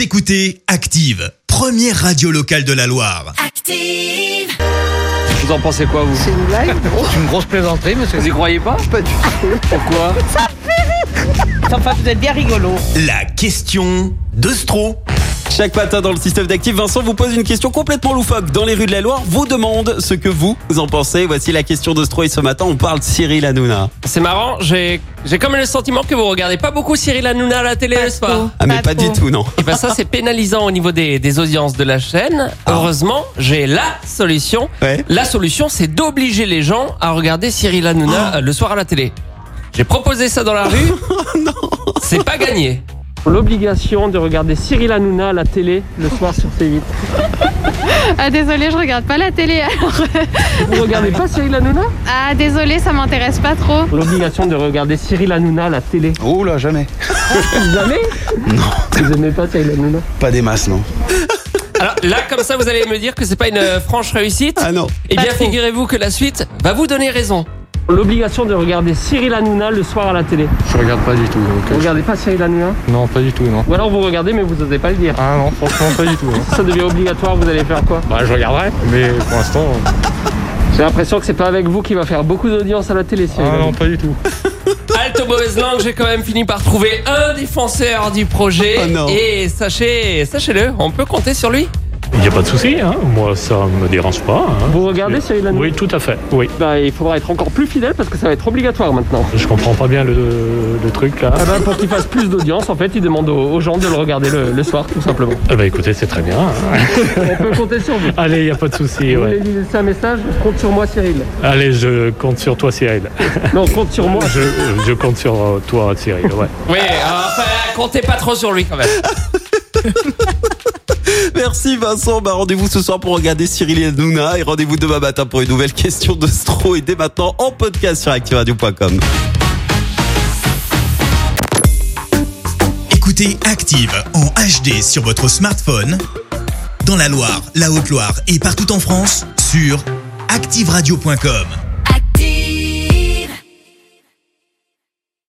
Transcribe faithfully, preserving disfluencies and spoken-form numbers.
Vous écoutez Active, première radio locale de la Loire. Active! Vous en pensez quoi, vous? C'est une blague? C'est une grosse plaisanterie, monsieur. Vous y croyez pas? Pas du tout. Pourquoi? Ça me fait rire. Enfin, vous êtes bien rigolo. La question de Stro. Chaque matin dans le système d'Active, Vincent vous pose une question complètement loufoque dans les rues de la Loire, vous demande ce que vous, vous en pensez. Voici la question de Stro et ce matin on parle de Cyril Hanouna. C'est marrant, j'ai j'ai comme le sentiment que vous regardez pas beaucoup Cyril Hanouna à la télé, n'est-ce pas? Ah mais pas, Pas du trop. tout, non. Et ben ça c'est pénalisant au niveau des, des audiences de la chaîne. Ah. Heureusement, j'ai la solution. Ouais. La solution c'est d'obliger les gens à regarder Cyril Hanouna euh, le soir à la télé. J'ai proposé ça dans la rue. Non. C'est pas gagné. L'obligation de regarder Cyril Hanouna à la télé le soir sur T huit. Ah désolé, je regarde pas la télé. Alors... Vous regardez pas Cyril Hanouna? Ah désolé, ça m'intéresse pas trop. L'obligation de regarder Cyril Hanouna à la télé. Oh là, jamais. Jamais? Non, Vous aimez pas Cyril Hanouna? pas des masses, non. Alors là, comme ça, vous allez me dire que c'est pas une euh, franche réussite. Ah non. Eh bien, Pas trop. figurez-vous que la suite va vous donner raison. L'obligation de regarder Cyril Hanouna le soir à la télé. Je regarde pas du tout. Donc, Vous euh, regardez pas Cyril Hanouna? non, pas du tout, non. Ou alors vous regardez mais vous n'osez pas le dire. Ah non, franchement, pas du tout. Non. Si ça devient obligatoire, vous allez faire quoi? Bah, je regarderai, mais pour l'instant, euh, J'ai l'impression que c'est pas avec vous qui va faire beaucoup d'audience à la télé, Cyril ah non, Hanouna. pas du tout. Halte aux mauvaises langues, j'ai quand même fini par trouver un défenseur du projet. Oh non. Et sachez, sachez-le, on peut compter sur lui. Il n'y a pas de souci, hein. Moi, ça me dérange pas. Hein. Vous regardez Cyril Hanouna? Oui, tout à fait, oui. Bah, il faudra être encore plus fidèle parce que ça va être obligatoire maintenant. Je comprends pas bien le, le truc, là. Ah bah, pour qu'il fasse plus d'audience, en fait, il demande aux, aux gens de le regarder le, le soir, tout simplement. Ah bah écoutez, c'est très bien. On peut compter sur vous. Allez, il n'y a pas de souci, Vous voulez ouais. lui laisser un message? Compte sur moi, Cyril. Allez, je compte sur toi, Cyril. Non, compte sur moi. Je, je compte sur euh, toi, Cyril, ouais. Oui, enfin, comptez pas trop sur lui quand même. Merci Vincent, bah rendez-vous ce soir pour regarder Cyril Hanouna et rendez-vous demain matin pour une nouvelle question de Stro et dès maintenant en podcast sur active radio point com. Écoutez Active en H D sur votre smartphone, dans la Loire, la Haute-Loire et partout en France, sur active radio point com.